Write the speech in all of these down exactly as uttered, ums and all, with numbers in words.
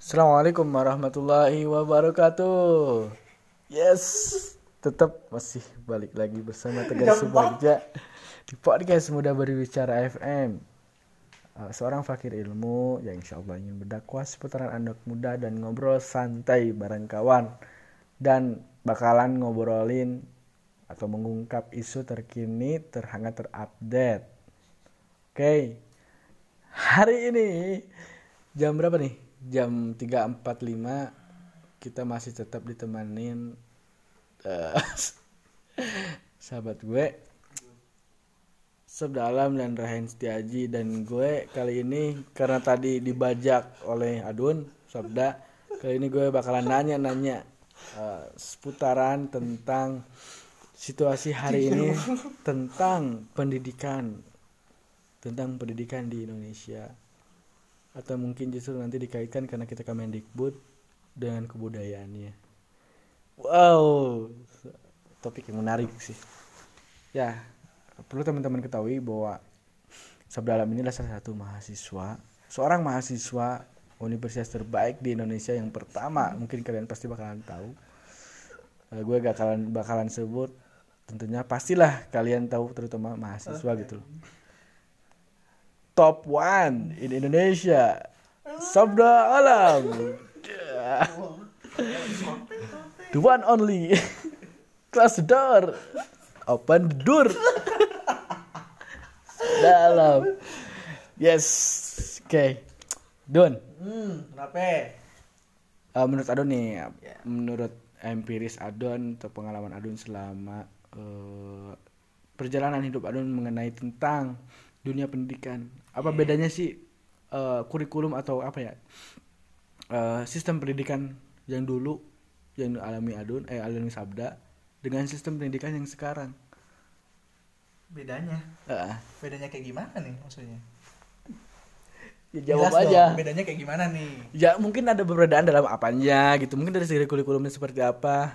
Assalamualaikum warahmatullahi wabarakatuh. Yes, tetap masih balik lagi bersama Tegar Subagja di podcast Muda Berbicara F M. Uh, seorang fakir ilmu yang insya Allah ingin berdakwah seputaran anak muda dan ngobrol santai bareng kawan. Dan bakalan ngobrolin atau mengungkap isu terkini, terhangat, terupdate. Oke, okay. Hari ini jam berapa nih? Jam tiga empat puluh lima kita masih tetap ditemanin uh, sahabat gue Sabda Alam dan Rahen Setiaji. Dan gue kali ini karena tadi dibajak oleh Adun Sabda, kali ini gue bakalan nanya-nanya uh, seputaran tentang situasi hari ini tentang pendidikan tentang pendidikan di Indonesia. Atau mungkin justru nanti dikaitkan karena kita Kemendikbud dengan kebudayaannya. Wow, topik yang menarik sih. Ya, perlu teman-teman ketahui bahwa Sabda Alam ini adalah salah satu mahasiswa, seorang mahasiswa universitas terbaik di Indonesia yang pertama. Mungkin kalian pasti bakalan tahu. Uh, gue gak bakalan bakalan sebut, tentunya pastilah kalian tahu, terutama mahasiswa gitu loh. Top one in Indonesia, Sabda Alam, the one only. Close the door, open the door. Sabda Alam, yes, oke, okay. Don. Hmm, kenapa? Uh, menurut Adon nih, yeah. menurut empiris Adon atau pengalaman Adon selama uh, perjalanan hidup Adon mengenai tentang dunia pendidikan, apa yeah. bedanya sih uh, kurikulum atau apa ya uh, sistem pendidikan yang dulu yang alami Adun eh alami Sabda dengan sistem pendidikan yang sekarang? Bedanya? Uh. Bedanya kayak gimana nih maksudnya? Ya jawab Jelas aja. Dong, bedanya kayak gimana nih? Ya mungkin ada perbedaan dalam apanya gitu. Mungkin dari segi kurikulumnya seperti apa?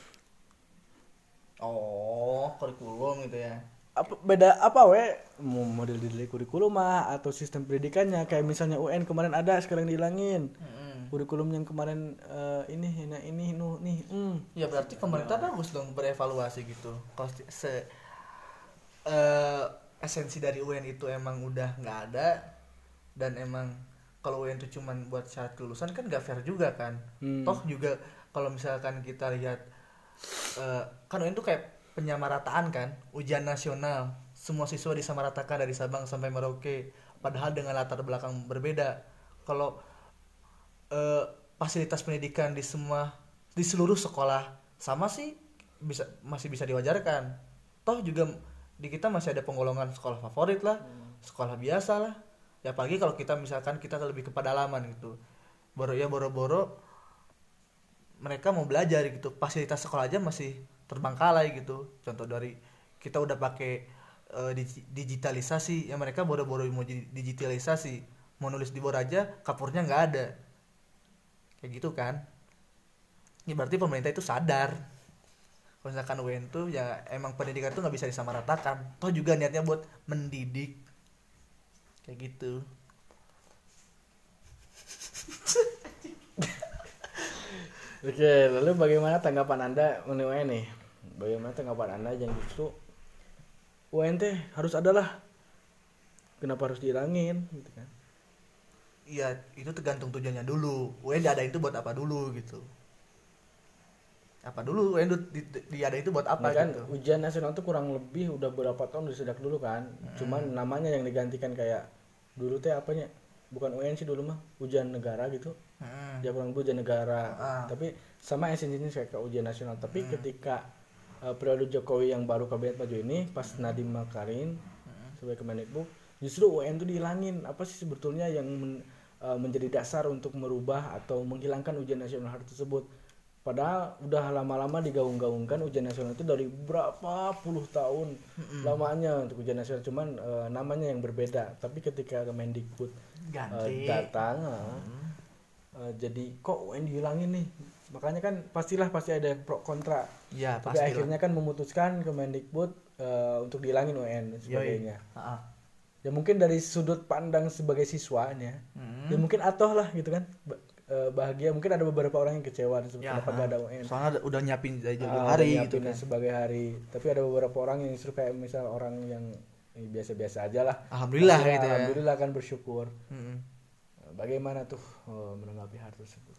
Oh, kurikulum gitu ya. Apa beda apa we model dari kurikulum mah atau sistem pendidikannya, kayak misalnya U N kemarin ada sekarang dihilangin. Mm-hmm. Kurikulum yang kemarin uh, ini nah ini nu nih mm. Ya berarti pemerintah ya. Bagus dong berevaluasi gitu. Kalau se uh, esensi dari U N itu emang udah nggak ada, dan emang kalau U N itu cuman buat syarat kelulusan kan nggak fair juga kan. Hmm. Toh juga kalau misalkan kita lihat uh, kan U N itu kayak penyamarataan kan, ujian nasional, semua siswa disamaratakan dari Sabang sampai Merauke, padahal dengan latar belakang berbeda. Kalau eh, fasilitas pendidikan di semua di seluruh sekolah sama sih bisa masih bisa diwajarkan. Toh juga di kita masih ada penggolongan sekolah favorit lah, hmm. sekolah biasa lah. Ya apalagi kalau kita misalkan kita lebih ke pedalaman gitu. Boro ya boro-boro mereka mau belajar gitu, fasilitas sekolah aja masih terbengkalai gitu. Contoh dari kita udah pakai uh, digitalisasi, ya mereka boro-boro mau digitalisasi, mau nulis di bor aja kapurnya nggak ada, kayak gitu kan. Ya berarti pemerintah itu sadar kalau misalkan U N tuh ya emang pendidikan tuh nggak bisa disamaratakan. Toh juga niatnya buat mendidik, kayak gitu. Oke, lalu bagaimana tanggapan Anda mengenai U N nih? Bagaimana tanggapan Anda yang justru U N teh harus adalah, kenapa harus dihilangin gitu kan? Iya, itu tergantung tujuannya dulu. U N diadain itu buat apa dulu gitu. Apa dulu U N di, di, diadain itu buat apa nah, kan, gitu. Ujian nasional tuh kurang lebih udah berapa tahun disediak dulu kan. Hmm. Cuman namanya yang digantikan, kayak dulu teh apanya? Bukan U N sih dulu mah, ujian negara gitu. Hmm. Dia kurang ujian negara. Hmm. Tapi sama esensinya kayak ke ujian nasional. Tapi hmm. ketika uh, periode Jokowi yang baru kabinet maju ini, pas hmm. Nadiem Makarim hmm. sebagai Kemendikbud, justru U N itu dihilangin. Apa sih sebetulnya yang men, uh, menjadi dasar untuk merubah atau menghilangkan ujian nasional hal tersebut? Padahal udah lama-lama digaung-gaungkan ujian nasional itu dari berapa puluh tahun mm-hmm. lamanya untuk ujian nasional, cuman uh, namanya yang berbeda. Tapi ketika Kemendikbud uh, datang mm-hmm. uh, jadi kok U N dihilangin nih, makanya kan pastilah pasti ada pro kontra ya. Tapi pastilah. Akhirnya kan memutuskan Kemendikbud uh, untuk dihilangin U N dan sebagainya. Ya mungkin dari sudut pandang sebagai siswanya mm-hmm. ya mungkin atoh lah gitu kan, uh, bahagia, mungkin ada beberapa orang yang kecewa ya, kenapa gak ada U N. Soalnya udah nyiapin dari jauh uh, hari gitu kan. Sebagai hari. Tapi ada beberapa orang yang justru kayak misal orang yang eh, biasa-biasa aja lah. Alhamdulillah Maksudnya, gitu ya. Alhamdulillah kan bersyukur. Mm-hmm. Bagaimana tuh oh, menanggapi hal tersebut?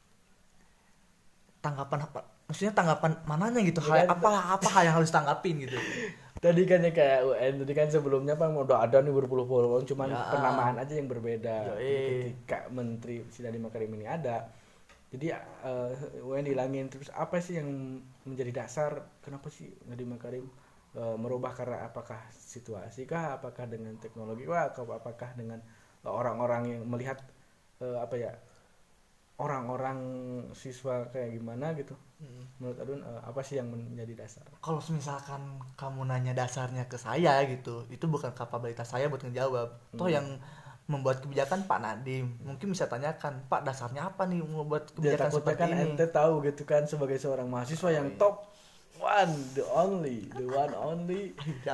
Tanggapan apa? Maksudnya tanggapan mananya gitu? Ya, hal, apa apa hal yang harus tanggapin gitu? Tadi kan ya kayak U N, tadi kan sebelumnya Bang udah ada nih berpuluh-puluh tahun, cuman ya, penamaan aja yang berbeda. Ketika Menteri Si Nadiem Makarim ini ada, jadi uh, U N dihilangin. Terus apa sih yang menjadi dasar kenapa sih Nadiem Makarim uh, merubah, karena apakah situasi kah, apakah dengan teknologi kah, atau apakah dengan uh, orang-orang yang melihat uh, apa ya orang-orang siswa kayak gimana gitu. Hmm. Menurut Adun uh, apa sih yang menjadi dasar? Kalau misalkan kamu nanya dasarnya ke saya gitu, itu bukan kapabilitas saya buat ngejawab. Hmm. Toh yang membuat kebijakan Pak Nadiem, mungkin bisa tanyakan, Pak dasarnya apa nih membuat kebijakan seperti kan ini? Ente tahu gitu kan sebagai seorang mahasiswa oh, yang iya. top one, the only, the one only.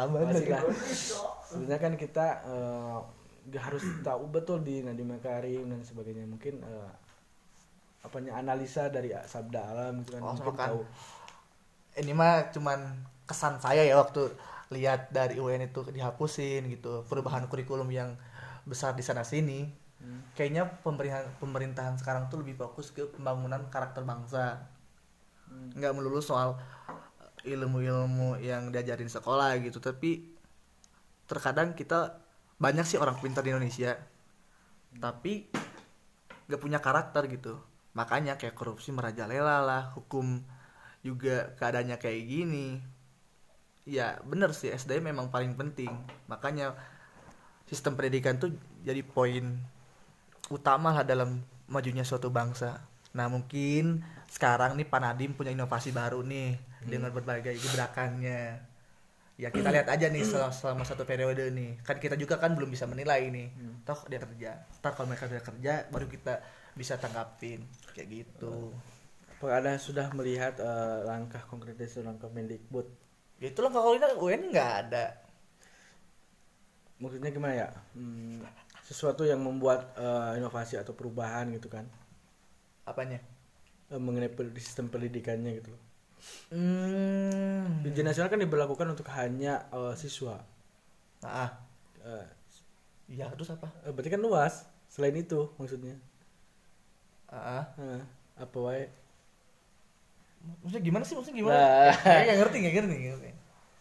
Sebenarnya kan kita uh, harus tahu betul di Nadiem Makarim dan sebagainya. Mungkin uh, apanya analisa dari Sabda Alam gitu kan, oh, mungkin kan. tahu. Ini mah cuman kesan saya ya waktu lihat dari U N itu dihapusin gitu, perubahan kurikulum yang besar di sana sini. Hmm. Kayaknya pemerintahan pemerintahan sekarang tuh lebih fokus ke pembangunan karakter bangsa. Hmm. Nggak melulu soal ilmu-ilmu yang diajarin sekolah gitu, tapi terkadang kita banyak sih orang pintar di Indonesia, hmm. tapi nggak punya karakter gitu. Makanya kayak korupsi merajalela lah, hukum juga keadaannya kayak gini. Ya bener sih, S D M memang paling penting. Makanya sistem pendidikan tuh jadi poin utama lah dalam majunya suatu bangsa. Nah mungkin sekarang nih Pak Nadiem punya inovasi baru nih hmm. dengan berbagai gebrakannya. Ya kita lihat aja nih selama, selama satu periode nih. Kan kita juga kan belum bisa menilai nih. Hmm. Toh dia kerja. Ntar kalau mereka udah kerja baru kita bisa tanggapin kayak gitu. Apakah Anda sudah melihat uh, langkah konkret dari langkah Mendikbud? Ya itu langkah konkret U N nggak ada. Maksudnya gimana ya? Hmm, sesuatu yang membuat uh, inovasi atau perubahan gitu kan? Apanya? Uh, mengenai sistem pendidikannya gitu. Hmm. Ujian nasional kan diberlakukan untuk hanya uh, siswa. Ah. Uh, ya terus apa? Uh, berarti kan luas. Selain itu maksudnya. Ah, uh, apa wae? Maksudnya gimana sih? Maksudnya gimana? Nah. Nggak ngerti, nggak ngerti, nggak ngerti.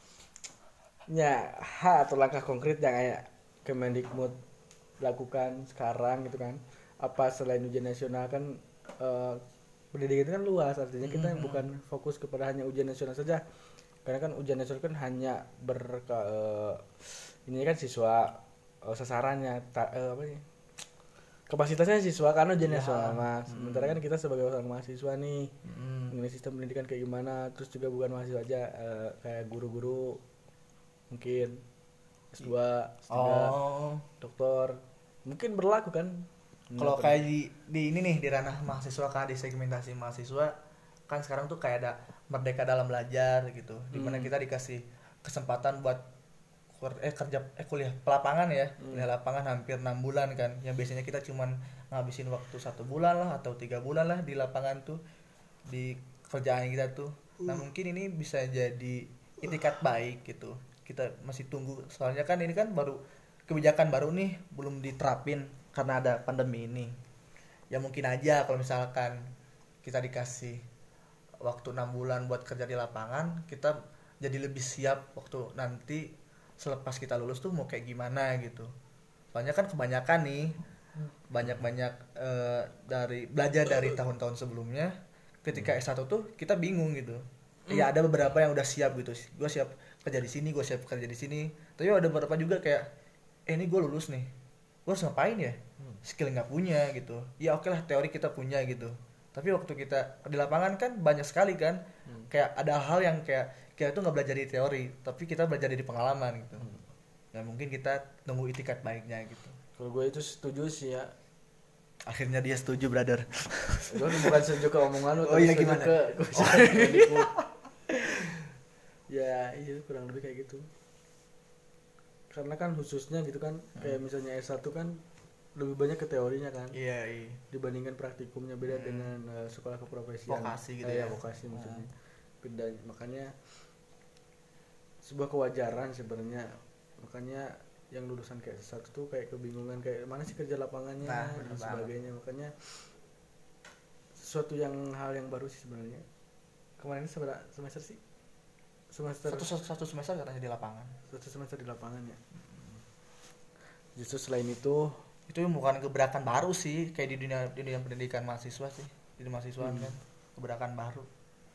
Ya, hal atau langkah konkret yang kayak Kemendikbud lakukan sekarang gitu kan. Apa selain ujian nasional kan uh, pendidikan itu kan luas, artinya kita mm-hmm. bukan fokus kepada hanya ujian nasional saja. Karena kan ujian nasional kan hanya ber uh, ini kan siswa uh, sasarannya ta, uh, apa ya? Kapasitasnya siswa kan ujian nasional Mas. Hmm. Sementara kan kita sebagai orang mahasiswa nih hmm. mengenai sistem pendidikan kayak gimana, terus juga bukan mahasiswa aja uh, kayak guru-guru mungkin S dua, S tiga, oh. doktor mungkin berlaku kan. Kalau kayak di di ini nih di ranah mahasiswa kan di segmentasi mahasiswa kan sekarang tuh kayak ada merdeka dalam belajar gitu, hmm. dimana kita dikasih kesempatan buat eh kerja eh kuliah pelapangan ya hmm. kuliah lapangan hampir enam bulan kan, yang biasanya kita cuman ngabisin waktu satu bulan lah atau tiga bulan lah di lapangan tuh di kerjaan kita tuh. Nah mungkin ini bisa jadi itikat baik gitu, kita masih tunggu soalnya kan ini kan baru kebijakan baru nih, belum diterapin karena ada pandemi ini. Ya mungkin aja kalau misalkan kita dikasih waktu enam bulan buat kerja di lapangan, kita jadi lebih siap waktu nanti selepas kita lulus tuh mau kayak gimana gitu. Soalnya kan kebanyakan nih banyak-banyak uh, dari belajar dari tahun-tahun sebelumnya, ketika S satu tuh kita bingung gitu. Ya ada beberapa yang udah siap gitu, gue siap kerja di sini, gue siap kerja di sini. Tapi ada beberapa juga kayak, eh ini gue lulus nih, gue harus ngapain ya? Skill nggak punya gitu. Ya oke lah teori kita punya gitu. Tapi waktu kita di lapangan kan banyak sekali kan, hmm. kayak ada hal yang kayak kita tuh nggak belajar di teori, tapi kita belajar dari pengalaman gitu. Hmm. Nah mungkin kita tunggu itikat baiknya gitu. Kalau gue itu setuju sih ya. Akhirnya dia setuju brother. Gue bukan setuju ke omongan lu, oh, iya, gimana? ke oh. Ya iya kurang lebih kayak gitu. Karena kan khususnya gitu kan, hmm. kayak misalnya S satu kan lebih banyak ke teorinya kan. Iya, iya. Dibandingkan praktikumnya beda hmm. dengan uh, sekolah keprofesian. Vokasi gitu eh, ya. Vokasi maksudnya. Hmm. Beda, makanya sebuah kewajaran sebenarnya. Makanya yang lulusan kayak sesat tuh kayak kebingungan kayak mana sih kerja lapangannya nah, dan sebagainya. Makanya sesuatu yang hal yang baru sih sebenarnya. Kemarin seberapa semester sih? Semester satu, satu semester katanya di lapangan. Satu semester di lapangan ya. Justru selain itu itu bukan gebrakan baru sih kayak di dunia di dunia pendidikan mahasiswa sih di mahasiswa hmm. kan gebrakan baru.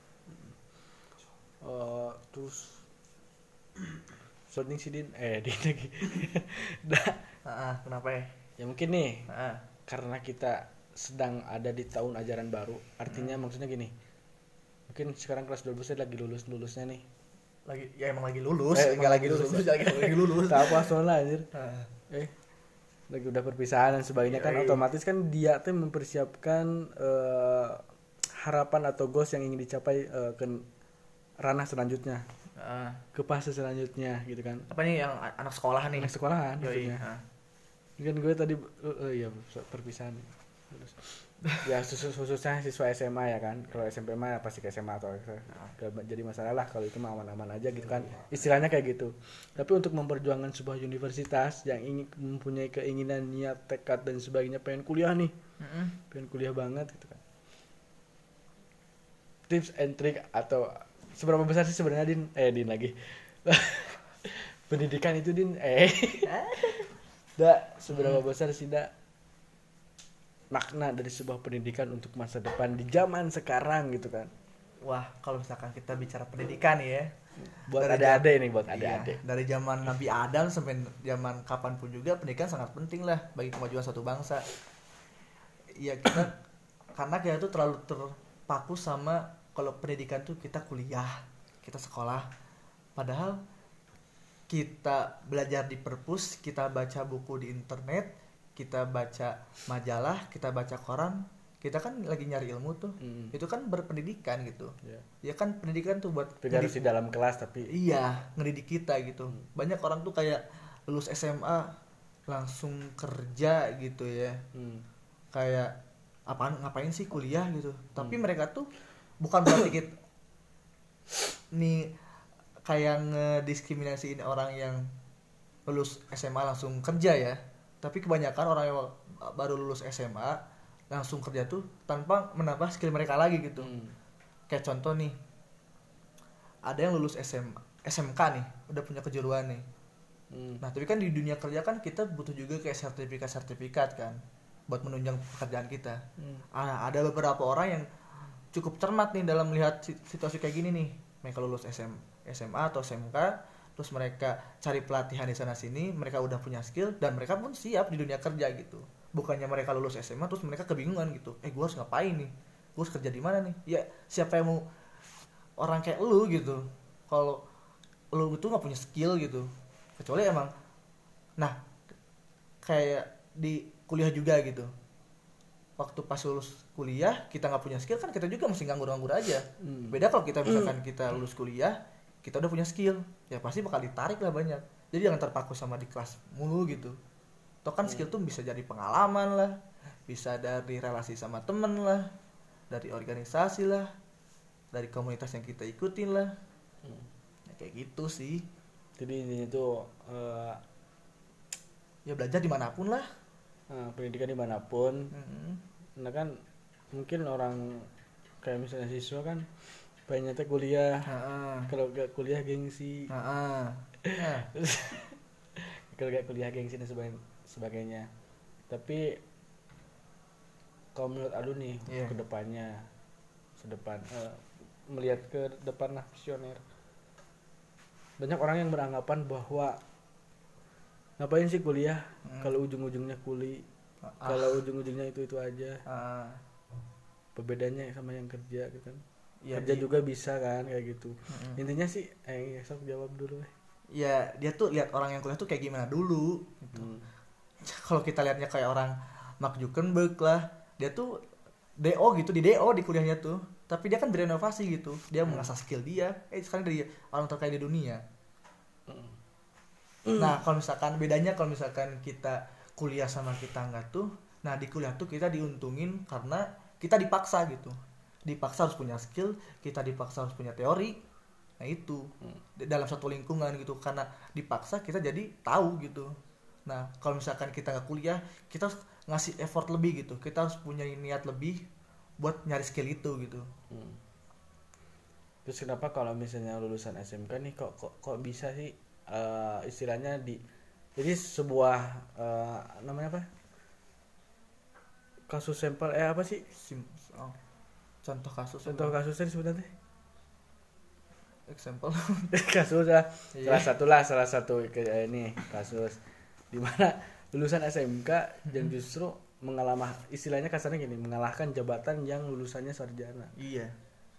Uh, terus shooting si Din eh Din lagi. Dah. Uh, kenapa ya? Ya mungkin nih uh. karena kita sedang ada di tahun ajaran baru. Artinya hmm. maksudnya gini. Mungkin sekarang kelas dua belas lagi lulus-lulusnya nih. Lagi ya emang lagi lulus, eh, enggak lagi lulus, lulus, lagi, lagi lulus. Tak apa soalnya anjir. Uh. Eh lagi udah perpisahan dan sebagainya. Yoi. Kan otomatis kan dia tuh mempersiapkan uh, harapan atau goals yang ingin dicapai uh, ke ranah selanjutnya. Uh. Ke fase selanjutnya gitu kan. Apa nih yang anak sekolah nih? Anak sekolahan maksudnya. Uh. Kan gue tadi uh, uh, ya perpisahan. Ya khusus khususnya siswa S M A ya kan. Kalau S M P mah pasti ke S M A atau gak jadi masalah lah kalau itu mah aman-aman aja gitu kan. Istilahnya kayak gitu. Tapi untuk memperjuangkan sebuah universitas yang ingin mempunyai keinginan, niat, tekad dan sebagainya pengen kuliah nih. Mm-hmm. Pengen kuliah banget gitu kan. Tips and trick atau seberapa besar sih sebenarnya Din eh Din lagi. Pendidikan itu Din eh da seberapa hmm. besar sih da makna dari sebuah pendidikan untuk masa depan di zaman sekarang gitu kan. Wah, kalau misalkan kita bicara pendidikan ya buat adik-adik ini buat adik-adik. Iya, dari zaman Nabi Adam sampai zaman kapanpun juga pendidikan sangat penting lah bagi kemajuan suatu bangsa. Iya kita karena kita tuh terlalu terpaku sama kalau pendidikan tuh kita kuliah, kita sekolah. Padahal kita belajar di perpus, kita baca buku di internet, kita baca majalah, kita baca koran, kita kan lagi nyari ilmu tuh. Mm. Itu kan berpendidikan gitu. Yeah. Ya kan pendidikan tuh buat harus di dalam kelas tapi iya, ngedidik kita gitu. Mm. Banyak orang tuh kayak lulus S M A langsung kerja gitu ya. Mm. Kayak apaan ngapain sih kuliah gitu. Mm. Tapi mereka tuh bukan berarti kita nih kayak ngediskriminasiin orang yang lulus S M A langsung kerja ya. Tapi kebanyakan orang yang baru lulus S M A langsung kerja tuh tanpa menambah skill mereka lagi gitu. Hmm. Kayak contoh nih, ada yang lulus S M S M K nih, udah punya kejuruan nih. Hmm. Nah tapi kan di dunia kerja kan kita butuh juga kayak sertifikat-sertifikat kan, buat menunjang pekerjaan kita. Hmm. Ah, ada beberapa orang yang cukup cermat nih dalam melihat situasi kayak gini nih. Mereka lulus S M, S M A atau S M K, terus mereka cari pelatihan di sana sini, mereka udah punya skill dan mereka pun siap di dunia kerja gitu. Bukannya mereka lulus S M A terus mereka kebingungan gitu. Eh gue harus ngapain nih? Gue harus kerja di mana nih? Ya siapa yang mau orang kayak lu gitu. Kalau lu itu nggak punya skill gitu. Kecuali emang, nah kayak di kuliah juga gitu. Waktu pas lulus kuliah kita nggak punya skill kan kita juga masih nganggur-nganggur aja. Hmm. Beda kalau kita misalkan kita lulus kuliah kita udah punya skill, ya pasti bakal ditarik lah banyak. Jadi jangan terpaku sama di kelas mulu gitu. Toh kan hmm. skill tuh bisa jadi pengalaman lah, bisa dari relasi sama temen lah, dari organisasi lah, dari komunitas yang kita ikutin lah. Hmm. Ya, kayak gitu sih. Jadi ini tuh uh, ya belajar dimanapun lah. Nah, pendidikan dimanapun. Hmm. Nah kan mungkin orang kayak misalnya siswa kan pengennya teh kuliah, kalau gak kuliah gengsi, kalau gak kuliah gengsi dan sebagainya. Tapi kalau menurut Adu nih yeah. ke depannya, sedepan uh, melihat ke depan lah visioner. Banyak orang yang beranggapan bahwa ngapain sih kuliah hmm. kalau ujung-ujungnya kuli, ah. kalau ujung-ujungnya itu itu aja. Ah. Perbedaannya sama yang kerja gitu kan. Ya, kerja di, juga bisa kan kayak gitu. Mm-hmm. Intinya sih eh sok jawab dulu. Ya, dia tuh lihat orang yang kuliah tuh kayak gimana dulu gitu. Hmm. Kalau kita lihatnya kayak orang Mark Zuckerberg lah, dia tuh D O gitu, di D O di kuliahnya tuh. Tapi dia kan berinovasi gitu. Dia hmm. mengasah skill dia. Eh sekarang dari orang terkaya di dunia. Hmm. Nah, kalau misalkan bedanya kalau misalkan kita kuliah sama kita enggak tuh, nah di kuliah tuh kita diuntungin karena kita dipaksa gitu, dipaksa harus punya skill, kita dipaksa harus punya teori. Nah itu hmm. dalam satu lingkungan gitu, karena dipaksa kita jadi tahu gitu. Nah kalau misalkan kita nggak kuliah, kita harus ngasih effort lebih gitu, kita harus punya niat lebih buat nyari skill itu gitu. hmm. Terus kenapa kalau misalnya lulusan S M K nih kok kok kok bisa sih uh, istilahnya di jadi sebuah uh, namanya apa kasus sampel eh apa sih Sim, oh. contoh kasus contoh kasusnya sebenarnya example kasus lah yeah. salah satu lah salah satu kayak ini kasus di mana lulusan S M K mm-hmm. yang justru mengalami istilahnya kasarnya gini mengalahkan jabatan yang lulusannya sarjana. Iya.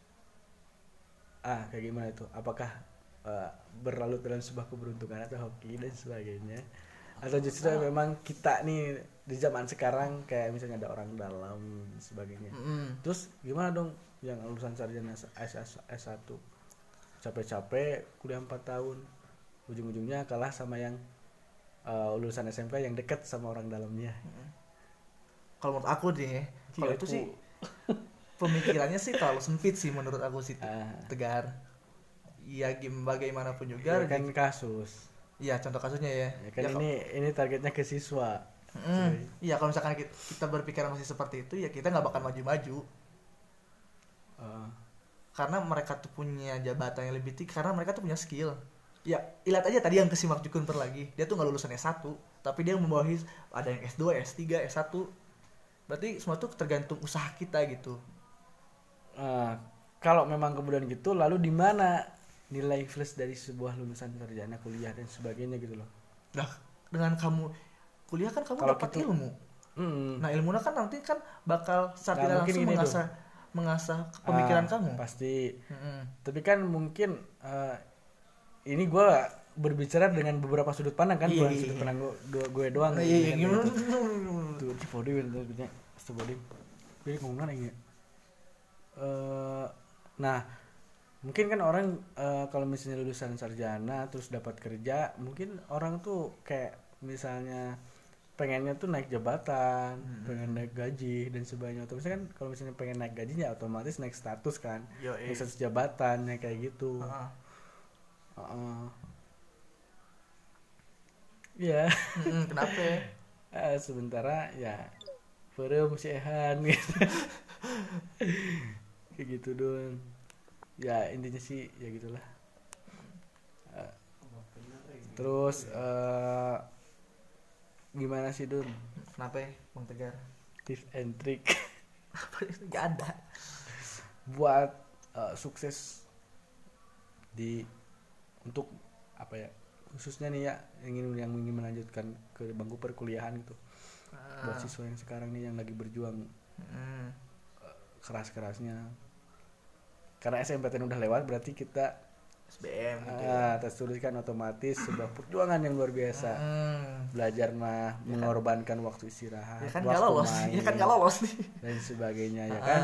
Ah kayak gimana itu? Apakah uh, berlalu dalam sebuah keberuntungan atau hoki dan sebagainya? Atau justru oh. memang kita nih di zaman sekarang kayak misalnya ada orang dalam dan sebagainya. Mm-hmm. Terus gimana dong yang lulusan sarjana S satu capek-capek kuliah empat tahun ujung-ujungnya kalah sama yang uh, lulusan S M K yang dekat sama orang dalamnya. Mm-hmm. Kalau menurut aku nih, kalau itu sih pemikirannya sih terlalu sempit sih menurut aku sih ah. Tegar. Iya bagaimanapun juga ya kan jadi, kasus. Iya contoh kasusnya ya. Ya kan ya, ini kalo, ini targetnya ke siswa. Mm, iya kalau misalkan kita, kita berpikir masih seperti itu ya kita nggak bakal maju-maju. Uh. Karena mereka tuh punya jabatan yang lebih tinggi karena mereka tuh punya skill. Ya lihat aja tadi yang ke Simak Jukunper lagi, dia tuh nggak lulusan S satu, tapi dia membawahi ada yang S dua, S tiga, S satu. Berarti semua tuh tergantung usaha kita gitu. Uh, kalau memang kemudian gitu, lalu di mana nilai plus dari sebuah lulusan sarjana kuliah dan sebagainya gitu loh? Nah, dengan kamu kuliah kan kamu dapat gitu, ilmu. Mm, nah ilmunya kan nanti kan bakal secara nah, langsung mengasah dong. mengasah pemikiran uh, kamu. Pasti. Mm-hmm. Tapi kan mungkin uh, ini gue berbicara dengan beberapa sudut pandang kan, bukan sudut pandang gue, gue doang. Iya, iya, iya. Tuh, body bentuknya, body. Jadi ngomongnya ini. Uh, nah, mungkin kan orang uh, kalau misalnya lulusan sarjana terus dapat kerja, mungkin orang tuh kayak misalnya pengennya tuh naik jabatan, hmm. pengen naik gaji dan sebagainya. Terus kan kalau misalnya pengen naik gajinya otomatis naik status kan, Yo, naik status jabatannya kayak gitu. Uh-uh. Uh-uh. Ya. Hmm, kenapa? uh, sementara ya perem sehan gitu. Kayak gitu doang. Ya intinya sih ya gitulah. Uh, terus uh, gimana sih Dun? Kenapa ya Bang Tegar? Tips and trick. Gak ada. Buat uh, sukses di untuk apa ya? Khususnya nih ya ingin yang ingin melanjutkan ke bangku perkuliahan gitu. Ah. Buat siswa yang sekarang nih yang lagi berjuang hmm. uh, keras-kerasnya. Karena S M P T N udah lewat berarti kita S B M gitu ah, ya. Tertulis kan otomatis sebuah perjuangan yang luar biasa. Hmm. Belajar mah ya mengorbankan kan? Waktu istirahat, ya kan waktu lolos. main, ya kan gak lolos nih dan sebagainya ya kan.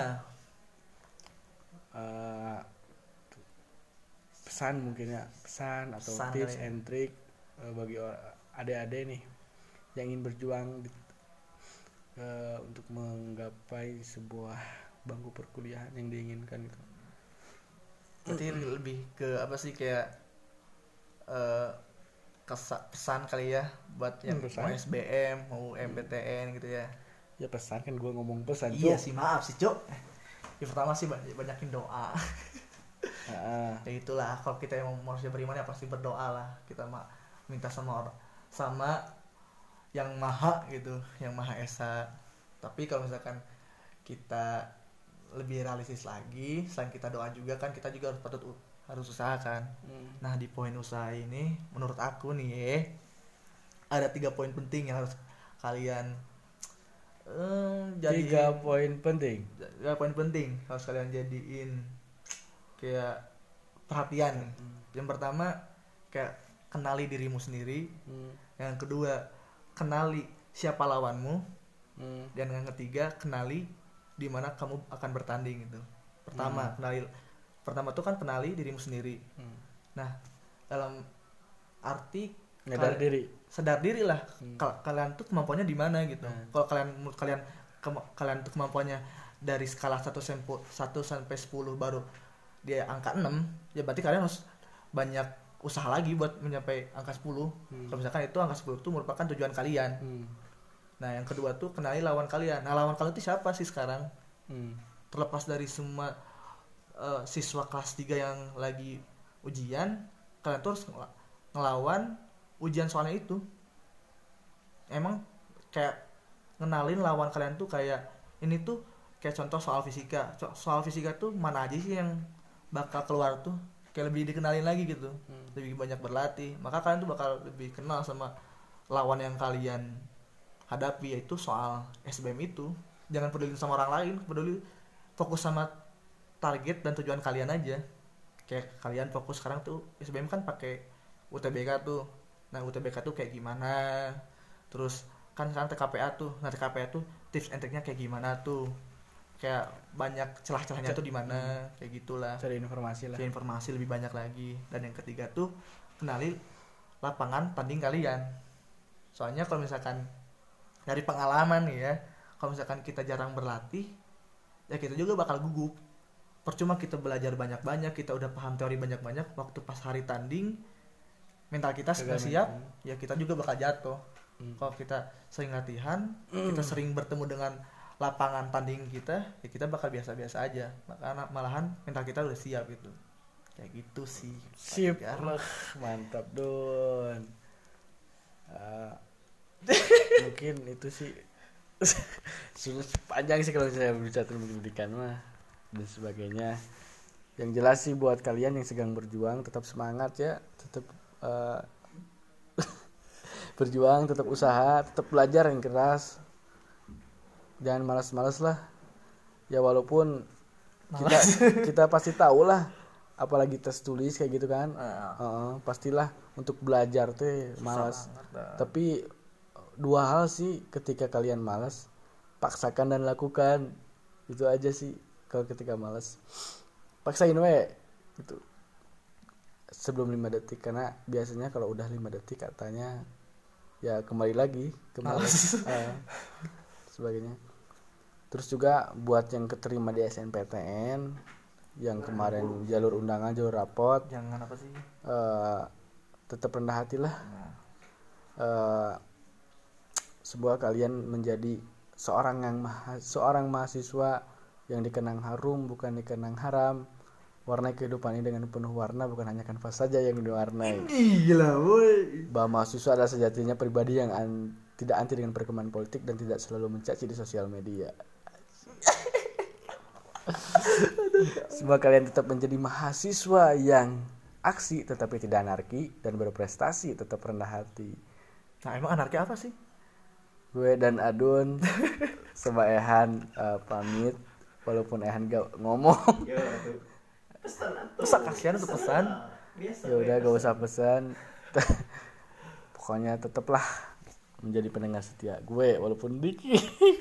Uh, pesan mungkin ya, pesan atau pesan tips and trick uh, bagi adik-adik nih yang ingin berjuang di, uh, untuk menggapai sebuah bangku perkuliahan yang diinginkan gitu. Berarti mm-hmm. lebih ke apa sih kayak uh, kesa- pesan kali ya buat yang hmm, mau S B M mau M P T N gitu ya. Ya pesan kan gue ngomong pesan. Iya sih maaf sih Cok. Yang pertama sih banyakin doa. uh. Ya itulah kalau kita yang manusia beriman ya pasti berdoa lah. Kita mak minta sama orang sama yang maha gitu, yang maha esa. Tapi kalau misalkan kita lebih realistis lagi, selain kita doa juga kan kita juga harus patut harus usahakan. Hmm. Nah di poin usaha ini menurut aku nih ya, ada tiga poin penting yang harus kalian um, jadi tiga poin penting. Tiga poin penting harus kalian jadiin kayak perhatian. Hmm. Yang pertama kayak kenali dirimu sendiri. Hmm. Yang kedua kenali siapa lawanmu. Hmm. Dan yang ketiga kenali di mana kamu akan bertanding gitu. Pertama, hmm. kenali pertama tuh kan kenali dirimu sendiri. Hmm. Nah, dalam arti sadar diri sadar diri lah hmm. Kal- kalian tuh kemampuannya di mana gitu. hmm. Kalau kalian menurut kalian ke- kalian tuh kemampuannya dari skala satu sampai sepuluh baru dia angka enam, ya berarti kalian harus banyak usaha lagi buat mencapai angka sepuluh. hmm. Kalau misalkan itu angka sepuluh itu merupakan tujuan kalian. hmm. Nah yang kedua tuh kenali lawan kalian. Nah lawan kalian itu siapa sih sekarang? hmm. Terlepas dari semua uh, siswa kelas tiga yang lagi ujian, kalian tuh harus ngelawan ujian soalnya itu. Emang kayak ngenalin lawan kalian tuh kayak ini tuh kayak contoh soal fisika. Soal fisika tuh mana aja sih yang bakal keluar tuh, kayak lebih dikenalin lagi gitu. hmm. Lebih banyak berlatih, maka kalian tuh bakal lebih kenal sama lawan yang kalian hadapi, yaitu soal S B M itu. Jangan peduli sama orang lain, peduli fokus sama target dan tujuan kalian aja. Kayak kalian fokus sekarang tuh S B M kan pakai U T B K tuh. Nah U T B K tuh kayak gimana, terus kan sekarang T K P A tuh. Nah T K P A tuh tips and triknya kayak gimana tuh, kayak banyak celah-celahnya tuh di mana. hmm. Kayak gitulah, cari informasi lah, cari informasi lebih banyak lagi. Dan yang ketiga tuh kenali lapangan tanding kalian. Soalnya kalau misalkan dari pengalaman nih ya, kalau misalkan kita jarang berlatih, ya kita juga bakal gugup. Percuma kita belajar banyak-banyak, kita udah paham teori banyak-banyak, waktu pas hari tanding mental kita sudah siap, hmm. ya kita juga bakal jatuh. hmm. Kalau kita sering latihan, hmm. kita sering bertemu dengan lapangan tanding kita, ya kita bakal biasa-biasa aja. Maka malahan mental kita udah siap gitu. Kayak gitu sih. Sip, mantap Don. Uh, mungkin itu sih sudah panjang sih kalau saya berbicara tentang pendidikan mah dan sebagainya. Yang jelas sih buat kalian yang sedang berjuang, tetap semangat ya, tetap uh, berjuang, tetap usaha, tetap belajar yang keras, jangan malas-malas lah ya. Walaupun kita kita pasti tahu lah, apalagi tes tulis kayak gitu kan. uh, uh, pastilah untuk belajar tuh malas. Tapi dua hal sih, ketika kalian malas, paksakan dan lakukan. Itu aja sih. Kalau ketika malas, paksain we gitu sebelum lima detik, karena biasanya kalau udah lima detik katanya ya kembali lagi kembali uh, sebagainya. Terus juga buat yang keterima di S N P T N yang kemarin jalur undangan, jalur rapot, jangan apa sih uh, tetap rendah hati lah. uh, semoga kalian menjadi seorang yang maha, seorang mahasiswa yang dikenang harum bukan dikenang haram. Warnai kehidupan ini dengan penuh warna, bukan hanya kanvas saja yang diwarnai. Gila boy. Bahwa mahasiswa adalah sejatinya pribadi yang an, tidak anti dengan perkembangan politik dan tidak selalu mencaci di sosial media. Semoga kalian tetap menjadi mahasiswa yang aksi tetapi tidak anarki, dan berprestasi tetap rendah hati. Nah emang anarki apa sih? Gue dan Adun sama Ehan uh, pamit, walaupun Ehan gak ngomong. Pesan pesan kasihan untuk pesan. Ya udah gak usah pesan. Pokoknya tetaplah menjadi pendengar setia gue walaupun dikit.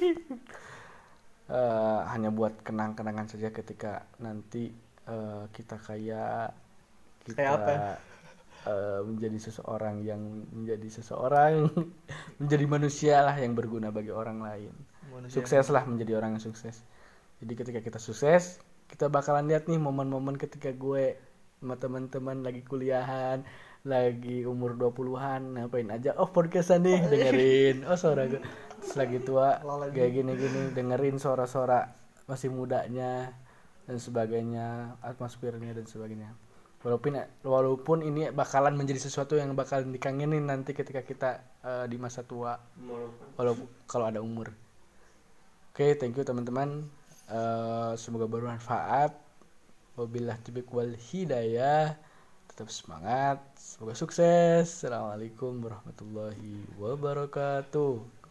uh, hanya buat kenang-kenangan saja ketika nanti uh, kita kayak kita kayak apa? Uh, menjadi seseorang yang menjadi seseorang menjadi manusia lah yang berguna bagi orang lain. Manusia. Sukses lah, menjadi orang yang sukses. Jadi ketika kita sukses, kita bakalan lihat nih momen-momen ketika gue sama teman-teman lagi kuliahan, lagi umur dua puluhan, ngapain aja, oh podcastan nih, dengerin, oh suara gue lagi tua kayak gini-gini, dengerin suara-suara masih mudanya dan sebagainya, atmosfernya dan sebagainya. Walaupun walaupun ini bakalan menjadi sesuatu yang bakalan dikangenin nanti ketika kita uh, di masa tua, walaupun kalau ada umur. Oke, okay, thank you teman-teman. Uh, semoga bermanfaat. Wabillahi taufiq wal hidayah. Tetap semangat, semoga sukses. Assalamualaikum warahmatullahi wabarakatuh.